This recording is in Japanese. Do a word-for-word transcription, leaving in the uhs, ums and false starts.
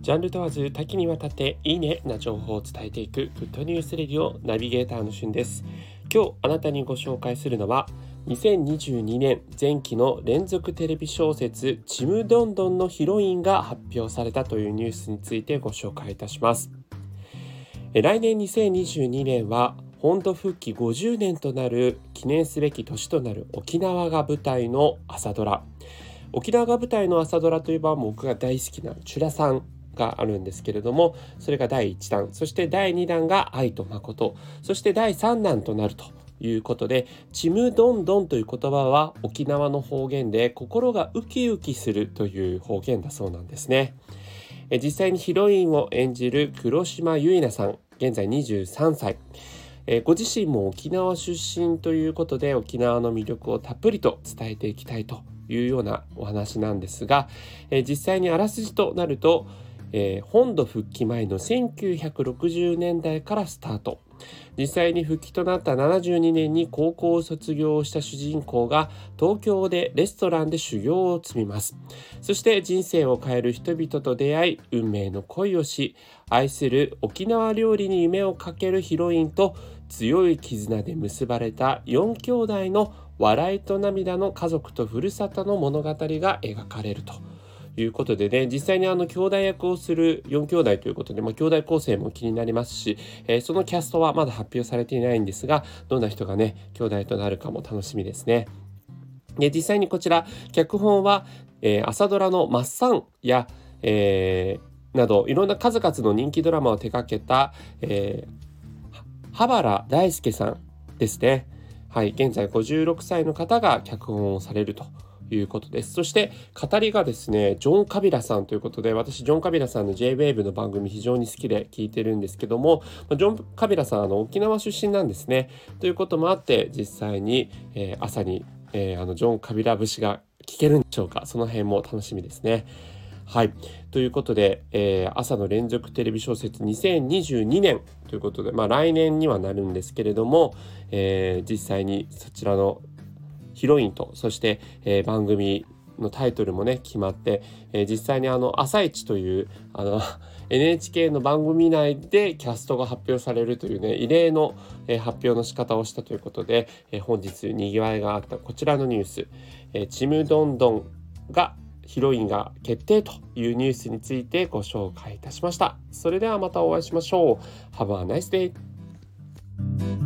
ジャンル問わず多岐にわたっていいねな情報を伝えていくグッドニュースレディオナビゲーターのしゅんです。今日あなたにご紹介するのはにせんにじゅうにねん前期の連続テレビ小説ちむどんどんのヒロインが発表されたというニュースについてご紹介いたします。来年にせんにじゅうにねんは本土復帰ごじゅうねんとなる記念すべき年となる沖縄が舞台の朝ドラ。沖縄が舞台の朝ドラといえば僕が大好きなチュラさんがあるんですけれども、それがだいいちだん、そしてだいにだんが愛と誠、そしてだいさんだんとなるということで、ちむどんどんという言葉は沖縄の方言で心がウキウキするという方言だそうなんですね。え実際にヒロインを演じる黒島結菜さん、現在にじゅうさんさい、えご自身も沖縄出身ということで、沖縄の魅力をたっぷりと伝えていきたいというようなお話なんですが、え実際にあらすじとなると、えー、本土復帰前のせんきゅうひゃくろくじゅうねんだいからスタート。実際に復帰となったななじゅうにねんに高校を卒業した主人公が東京でレストランで修行を積みます。そして人生を変える人々と出会い、運命の恋をし、愛する沖縄料理に夢をかけるヒロインと強い絆で結ばれたよん兄弟の笑いと涙の家族とふるさとの物語が描かれるということでね、実際にあの兄弟役をするよん兄弟ということで、まあ、兄弟構成も気になりますし、えー、そのキャストはまだ発表されていないんですが、どんな人がね兄弟となるかも楽しみですね。で実際にこちら脚本は、えー、朝ドラのマッサンや、えー、などいろんな数々の人気ドラマを手掛けた、えー、羽原大輔さんですね。はい、現在ごじゅうろくさいの方が脚本をされるということです。そして語りがですね、ジョン・カビラさんということで、私ジョン・カビラさんの ジェイウェーブ の番組非常に好きで聞いてるんですけども、ジョン・カビラさんあの沖縄出身なんですね。ということもあって実際に、えー、朝に、えー、あのジョン・カビラ節が聞けるんでしょうか。その辺も楽しみですね。はい、ということで、えー、朝の連続テレビ小説にせんにじゅうにねんということで、まあ、来年にはなるんですけれども、えー、実際にそちらのヒロインと、そして、えー、番組のタイトルもね決まって、えー、実際にあの朝一というあのエヌエイチケー の番組内でキャストが発表されるというね異例の、えー、発表の仕方をしたということで、えー、本日にぎわいがあったこちらのニュース、えー、ちむどんどんがヒロインが決定というニュースについてご紹介いたしました。それではまたお会いしましょう。Have a nice day!